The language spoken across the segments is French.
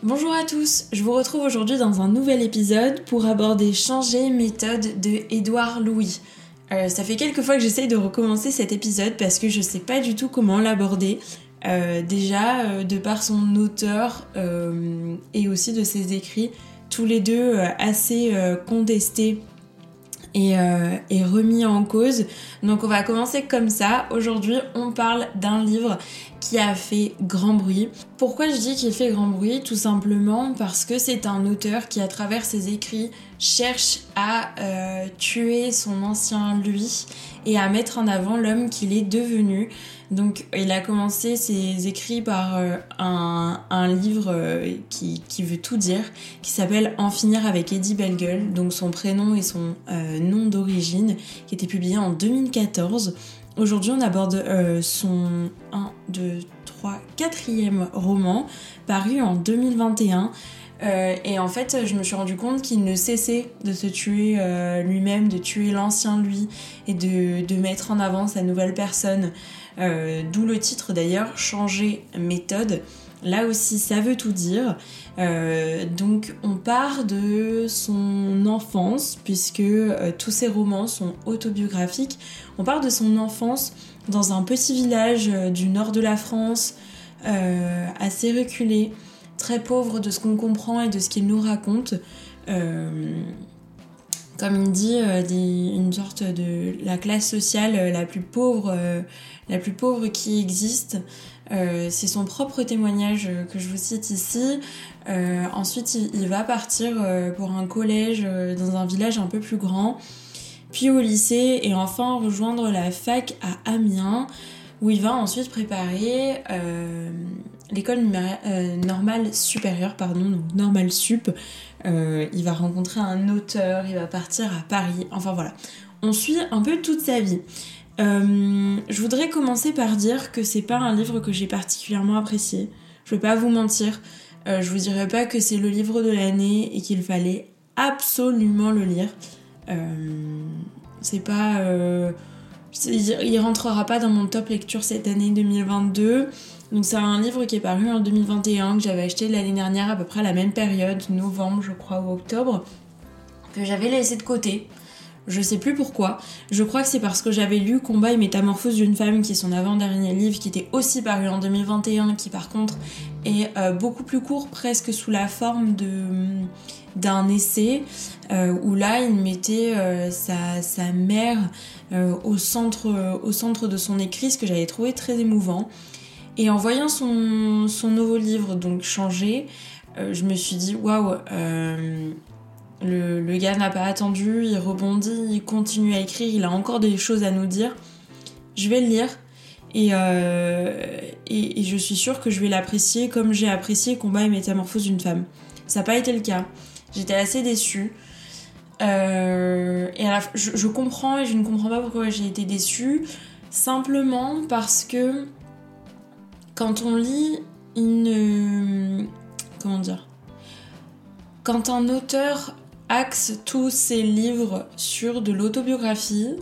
Bonjour à tous, je vous retrouve aujourd'hui dans un nouvel épisode pour aborder Changer méthode de Édouard Louis. Ça fait quelques fois que j'essaye de recommencer cet épisode parce que je sais pas du tout comment l'aborder. Déjà, de par son auteur et aussi de ses écrits, tous les deux assez contestés et remis en cause. Donc on va commencer comme ça. Aujourd'hui, on parle d'un livre qui a fait grand bruit. Pourquoi je dis qu'il fait grand bruit ? Tout simplement parce que c'est un auteur qui, à travers ses écrits, cherche à tuer son ancien lui et à mettre en avant l'homme qu'il est devenu. Donc il a commencé ses écrits par un livre qui veut tout dire, qui s'appelle En finir avec Eddie Bellegueule, donc son prénom et son nom d'origine, qui était publié en 2014. Aujourd'hui, on aborde son 4e roman, paru en 2021. Et en fait, je me suis rendu compte qu'il ne cessait de se tuer lui-même, de tuer l'ancien lui et de mettre en avant sa nouvelle personne. D'où le titre d'ailleurs, Changer méthode. Là aussi, ça veut tout dire. Donc, on part de son enfance, puisque tous ses romans sont autobiographiques. On part de son enfance dans un petit village du nord de la France, assez reculé, très pauvre de ce qu'on comprend et de ce qu'il nous raconte. Comme il dit, une sorte de la classe sociale la plus pauvre qui existe. C'est son propre témoignage que je vous cite ici. Ensuite, il va partir pour un collège dans un village un peu plus grand, puis au lycée et enfin rejoindre la fac à Amiens, où il va ensuite préparer l'école normale supérieure, donc normale sup. Il va rencontrer un auteur, il va partir à Paris, enfin voilà. On suit un peu toute sa vie. Je voudrais commencer par dire que c'est pas un livre que j'ai particulièrement apprécié. Je vais pas vous mentir. Je vous dirais pas que c'est le livre de l'année et qu'il fallait absolument le lire. C'est pas... il rentrera pas dans mon top lecture cette année 2022. Donc c'est un livre qui est paru en 2021, que j'avais acheté l'année dernière à peu près à la même période, novembre je crois ou octobre, que j'avais laissé de côté. Je sais plus pourquoi. Je crois que c'est parce que j'avais lu Combat et métamorphose d'une femme, qui est son avant-dernier livre, qui était aussi paru en 2021, qui par contre est beaucoup plus court, presque sous la forme d'un essai, où là il mettait sa mère au centre de son écrit, ce que j'avais trouvé très émouvant. Et en voyant son nouveau livre, donc Changer, je me suis dit waouh, le gars n'a pas attendu, il rebondit, il continue à écrire, il a encore des choses à nous dire. Je vais le lire et je suis sûre que je vais l'apprécier comme j'ai apprécié Combat et métamorphose d'une femme. Ça n'a pas été le cas. J'étais assez déçue. Et je comprends et je ne comprends pas pourquoi j'ai été déçue. Simplement parce que quand on lit comment dire ? Quand un auteur axe tous ses livres sur de l'autobiographie,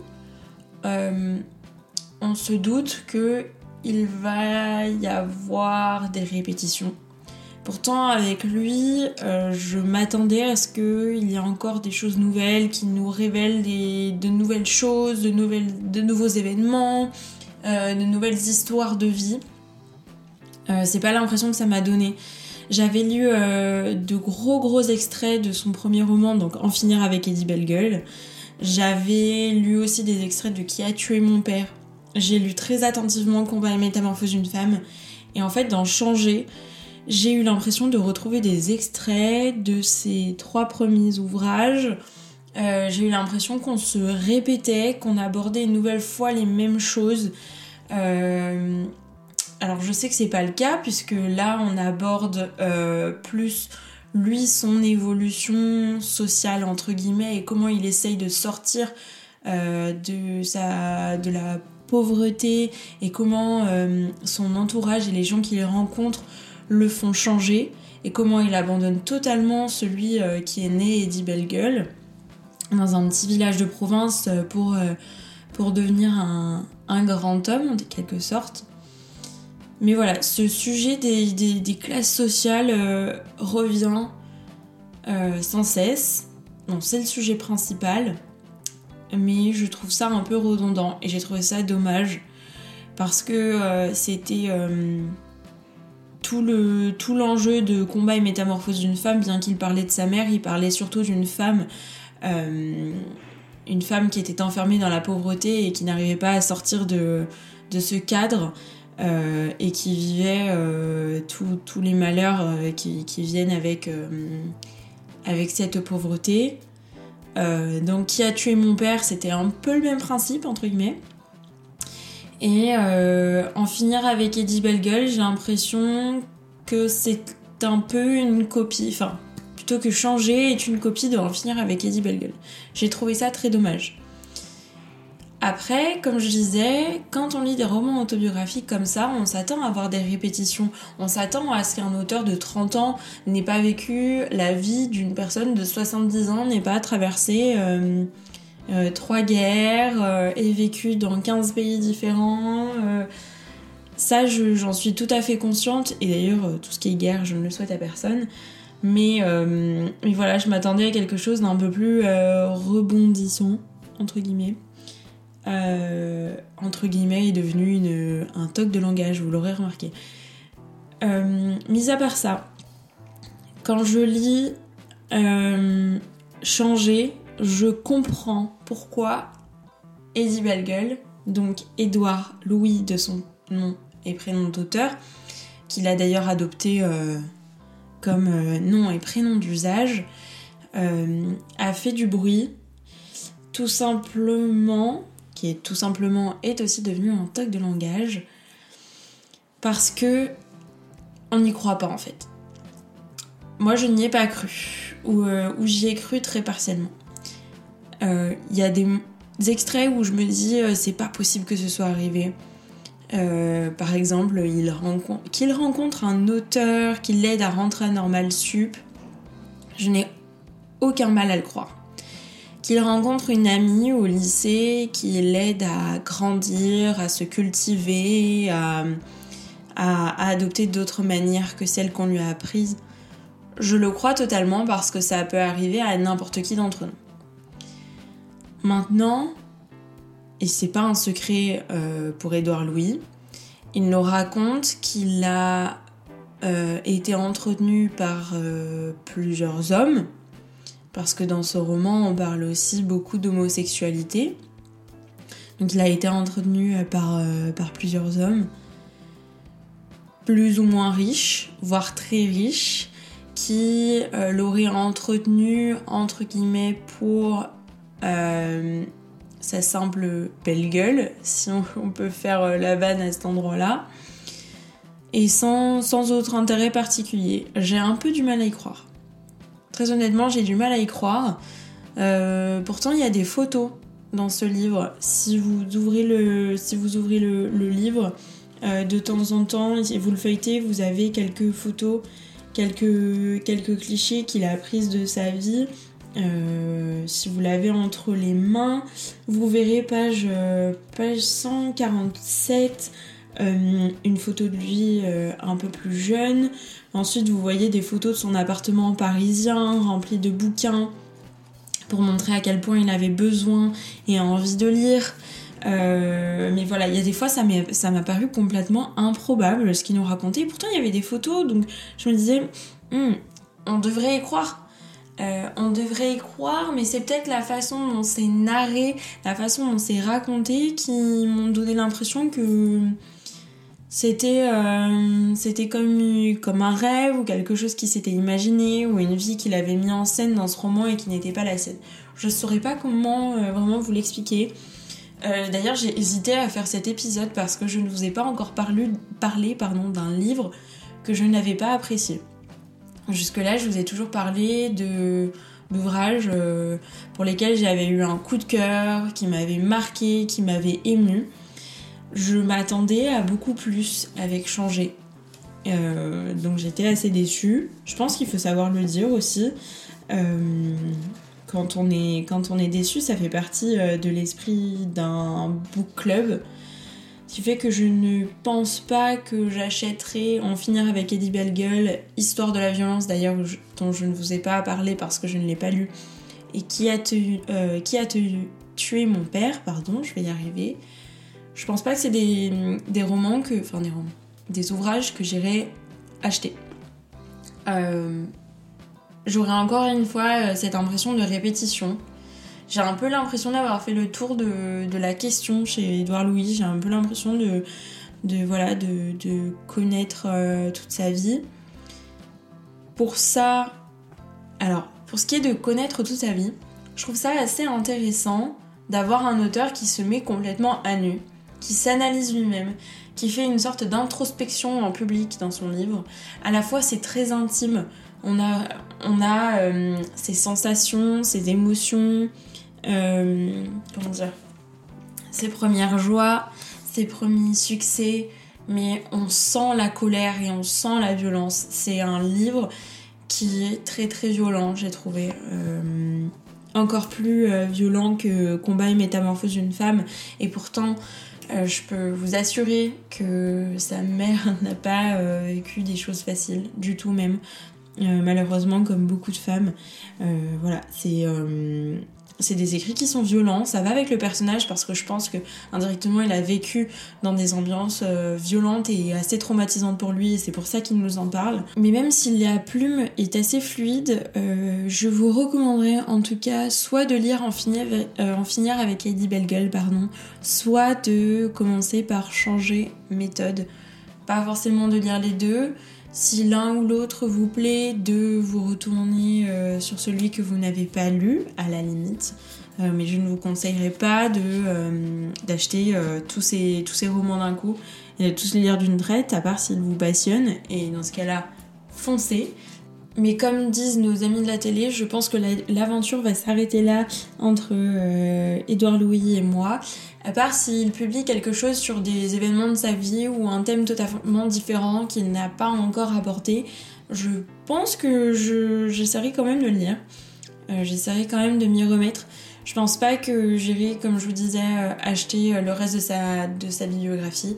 on se doute qu'il va y avoir des répétitions. Pourtant, avec lui, je m'attendais à ce qu'il y ait encore des choses nouvelles, qui nous révèlent de nouvelles choses, de nouveaux événements, de nouvelles histoires de vie. C'est pas l'impression que ça m'a donné. J'avais lu de gros extraits de son premier roman, donc En finir avec Eddie Bellegueule. J'avais lu aussi des extraits de Qui a tué mon père. J'ai lu très attentivement Combat et métamorphose d'une femme. Et en fait, dans Changer, j'ai eu l'impression de retrouver des extraits de ses 3 premiers ouvrages. J'ai eu l'impression qu'on se répétait, qu'on abordait une nouvelle fois les mêmes choses. Alors je sais que c'est pas le cas, puisque là on aborde plus lui, son évolution sociale entre guillemets, et comment il essaye de sortir de la pauvreté, et comment son entourage et les gens qu'il rencontre le font changer, et comment il abandonne totalement celui qui est né Eddie Bellegueule dans un petit village de province pour devenir un grand homme en quelque sorte. Mais voilà, ce sujet des classes sociales revient sans cesse. Non, c'est le sujet principal, mais je trouve ça un peu redondant et j'ai trouvé ça dommage parce que c'était tout l'enjeu de combat et métamorphose d'une femme, bien qu'il parlait de sa mère, il parlait surtout d'une femme, une femme qui était enfermée dans la pauvreté et qui n'arrivait pas à sortir de ce cadre et qui vivait tous les malheurs qui viennent avec cette pauvreté. Donc qui a tué mon père, c'était un peu le même principe entre guillemets. Et en finir avec Eddie Bellegueule, j'ai l'impression que c'est un peu une copie, enfin plutôt que changer est une copie de En finir avec Eddie Bellegueule. J'ai trouvé ça très dommage. Après, comme je disais, quand on lit des romans autobiographiques comme ça, on s'attend à avoir des répétitions. On s'attend à ce qu'un auteur de 30 ans n'ait pas vécu la vie d'une personne de 70 ans, n'ait pas traversé 3 guerres, ait vécu dans 15 pays différents. Ça, j'en suis tout à fait consciente. Et d'ailleurs, tout ce qui est guerre, je ne le souhaite à personne. Mais voilà, je m'attendais à quelque chose d'un peu plus rebondissant, entre guillemets. Entre guillemets est devenu un toc de langage, vous l'aurez remarqué. Mis à part ça, quand je lis Changer, je comprends pourquoi Eddie Bellegueule, donc Édouard Louis de son nom et prénom d'auteur, qu'il a d'ailleurs adopté comme nom et prénom d'usage, a fait du bruit, tout simplement est aussi devenu un toc de langage parce que on n'y croit pas en fait. Moi je n'y ai pas cru ou j'y ai cru très partiellement. Il y a des extraits où je me dis c'est pas possible que ce soit arrivé. Par exemple, qu'il rencontre un auteur qui l'aide à rentrer à Normal Sup, je n'ai aucun mal à le croire. Qu'il rencontre une amie au lycée qui l'aide à grandir, à se cultiver, à adopter d'autres manières que celles qu'on lui a apprises. Je le crois totalement parce que ça peut arriver à n'importe qui d'entre nous. Maintenant, et c'est pas un secret pour Édouard Louis, il nous raconte qu'il a été entretenu par plusieurs hommes, parce que dans ce roman, on parle aussi beaucoup d'homosexualité. Donc il a été entretenu par plusieurs hommes, plus ou moins riches, voire très riches, qui l'auraient entretenu, entre guillemets, pour sa simple belle gueule, si on peut faire la vanne à cet endroit-là, et sans autre intérêt particulier. J'ai un peu du mal à y croire. Très honnêtement, j'ai du mal à y croire. Pourtant, il y a des photos dans ce livre. Si vous ouvrez le livre, de temps en temps, et vous le feuilletez, vous avez quelques photos, quelques clichés qu'il a prises de sa vie. Si vous l'avez entre les mains, vous verrez page 147, une photo de lui un peu plus jeune. Ensuite, vous voyez des photos de son appartement parisien rempli de bouquins pour montrer à quel point il avait besoin et envie de lire. Mais voilà, il y a des fois, ça m'a paru complètement improbable ce qu'il nous racontait. Et pourtant, il y avait des photos, donc je me disais, on devrait y croire. Mais c'est peut-être la façon dont c'est narré, la façon dont c'est raconté qui m'ont donné l'impression que c'était comme un rêve ou quelque chose qu'il s'était imaginé ou une vie qu'il avait mis en scène dans ce roman et qui n'était pas la sienne. Je ne saurais pas comment vraiment vous l'expliquer. D'ailleurs, j'ai hésité à faire cet épisode parce que je ne vous ai pas encore parlé d'un livre que je n'avais pas apprécié. Jusque-là, je vous ai toujours parlé d'ouvrages pour lesquels j'avais eu un coup de cœur, qui m'avaient marqué, qui m'avaient ému. Je m'attendais à beaucoup plus avec Changer. Donc j'étais assez déçue. Je pense qu'il faut savoir le dire aussi. Quand on est déçu, ça fait partie de l'esprit d'un book club. Ce qui fait que je ne pense pas que j'achèterai En finir avec Eddie Bellegueule, Histoire de la violence d'ailleurs, dont je ne vous ai pas parlé parce que je ne l'ai pas lu, et Qui a tué mon père, pardon, je vais y arriver. Je pense pas que c'est des ouvrages que j'irai acheter. J'aurais encore une fois cette impression de répétition. J'ai un peu l'impression d'avoir fait le tour de la question chez Édouard Louis. J'ai un peu l'impression de connaître toute sa vie. Pour ça, alors, pour ce qui est de connaître toute sa vie, je trouve ça assez intéressant d'avoir un auteur qui se met complètement à nu, qui s'analyse lui-même, qui fait une sorte d'introspection en public dans son livre. À la fois, c'est très intime. On a ses sensations, ses émotions, ses premières joies, ses premiers succès, mais on sent la colère et on sent la violence. C'est un livre qui est très très violent, j'ai trouvé. Encore plus violent que Combat et métamorphose d'une femme. Et pourtant, je peux vous assurer que sa mère n'a pas vécu des choses faciles, du tout même. Malheureusement, comme beaucoup de femmes. Voilà, c'est des écrits qui sont violents. Ça va avec le personnage parce que je pense que indirectement il a vécu dans des ambiances violentes et assez traumatisantes pour lui, et c'est pour ça qu'il nous en parle. Mais même si la plume est assez fluide, je vous recommanderais en tout cas soit de lire En finir avec Eddie Bellegueule, soit de commencer par changer méthode. Pas forcément de lire les deux. Si l'un ou l'autre vous plaît, de vous retourner sur celui que vous n'avez pas lu, à la limite. Mais je ne vous conseillerais pas d'acheter tous ces romans d'un coup et de tous les lire d'une traite, à part s'ils vous passionnent. Et dans ce cas-là, foncez. Mais comme disent nos amis de la télé, je pense que l'aventure va s'arrêter là entre Édouard Louis et moi. À part s'il publie quelque chose sur des événements de sa vie ou un thème totalement différent qu'il n'a pas encore abordé, je pense que j'essaierai quand même de le lire. J'essaierai quand même de m'y remettre. Je pense pas que j'irai, comme je vous disais, acheter le reste de sa bibliographie.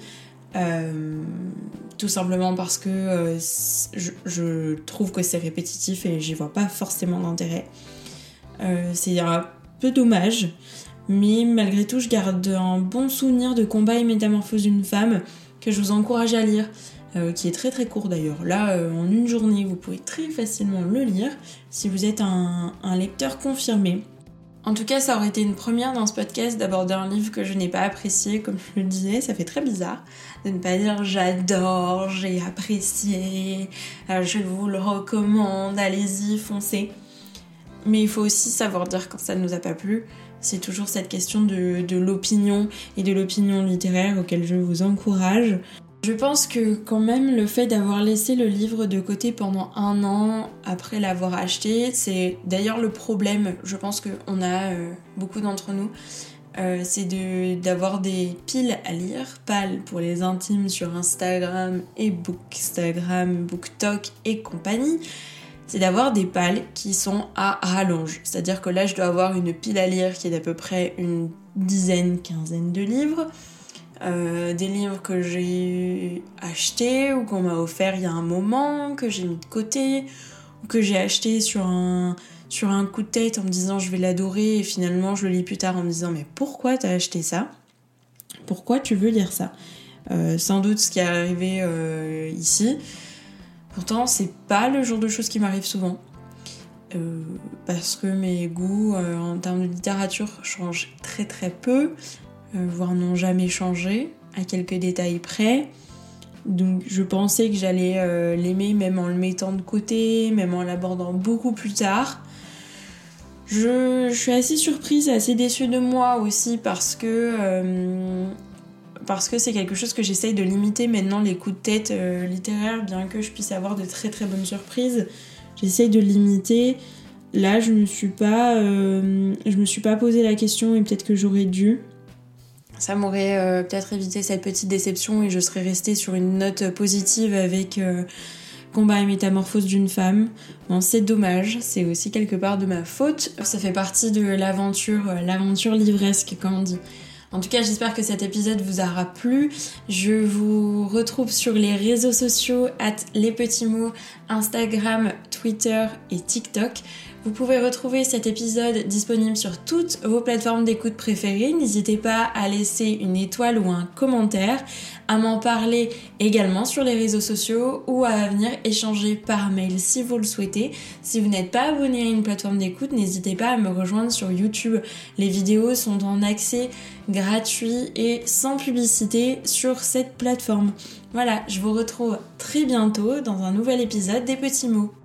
Tout simplement parce que je trouve que c'est répétitif et j'y vois pas forcément d'intérêt. C'est un peu dommage. Mais malgré tout, je garde un bon souvenir de Combat et métamorphose d'une femme que je vous encourage à lire, qui est très très court d'ailleurs. Là, en une journée, vous pouvez très facilement le lire si vous êtes un lecteur confirmé. En tout cas, ça aurait été une première dans ce podcast d'aborder un livre que je n'ai pas apprécié, comme je le disais. Ça fait très bizarre de ne pas dire j'adore, j'ai apprécié, je vous le recommande, allez-y, foncez. Mais il faut aussi savoir dire quand ça ne nous a pas plu. C'est toujours cette question de l'opinion et de l'opinion littéraire auquel je vous encourage. Je pense que quand même le fait d'avoir laissé le livre de côté pendant 1 an après l'avoir acheté, c'est d'ailleurs le problème, je pense qu'on a beaucoup d'entre nous, c'est d'avoir des piles à lire, pales pour les intimes sur Instagram et Bookstagram, BookTok et compagnie. C'est d'avoir des pales qui sont à rallonge. C'est-à-dire que là, je dois avoir une pile à lire qui est d'à peu près une quinzaine de livres. Des livres que j'ai achetés ou qu'on m'a offert il y a un moment, que j'ai mis de côté, ou que j'ai acheté sur un coup de tête en me disant je vais l'adorer, et finalement je le lis plus tard en me disant mais pourquoi t'as acheté ça ? Pourquoi tu veux lire ça ? Sans doute ce qui est arrivé ici. Pourtant, c'est pas le genre de choses qui m'arrive souvent. Parce que mes goûts en termes de littérature changent très très peu, voire n'ont jamais changé, à quelques détails près. Donc je pensais que j'allais l'aimer même en le mettant de côté, même en l'abordant beaucoup plus tard. Je suis assez surprise, assez déçue de moi aussi parce que c'est quelque chose que j'essaye de limiter maintenant, les coups de tête littéraires, bien que je puisse avoir de très très bonnes surprises. J'essaye de limiter. Là, je me suis pas posé la question et peut-être que j'aurais dû. Ça m'aurait peut-être évité cette petite déception et je serais restée sur une note positive avec Combat et métamorphose d'une femme. Bon, c'est dommage, c'est aussi quelque part de ma faute. Ça fait partie de l'aventure livresque, comme on dit. En tout cas, j'espère que cet épisode vous aura plu. Je vous retrouve sur les réseaux sociaux @lespetitsmots, Instagram, Twitter et TikTok. Vous pouvez retrouver cet épisode disponible sur toutes vos plateformes d'écoute préférées. N'hésitez pas à laisser une étoile ou un commentaire, à m'en parler également sur les réseaux sociaux ou à venir échanger par mail si vous le souhaitez. Si vous n'êtes pas abonné à une plateforme d'écoute, n'hésitez pas à me rejoindre sur YouTube. Les vidéos sont en accès gratuit et sans publicité sur cette plateforme. Voilà, je vous retrouve très bientôt dans un nouvel épisode des Petits Mots.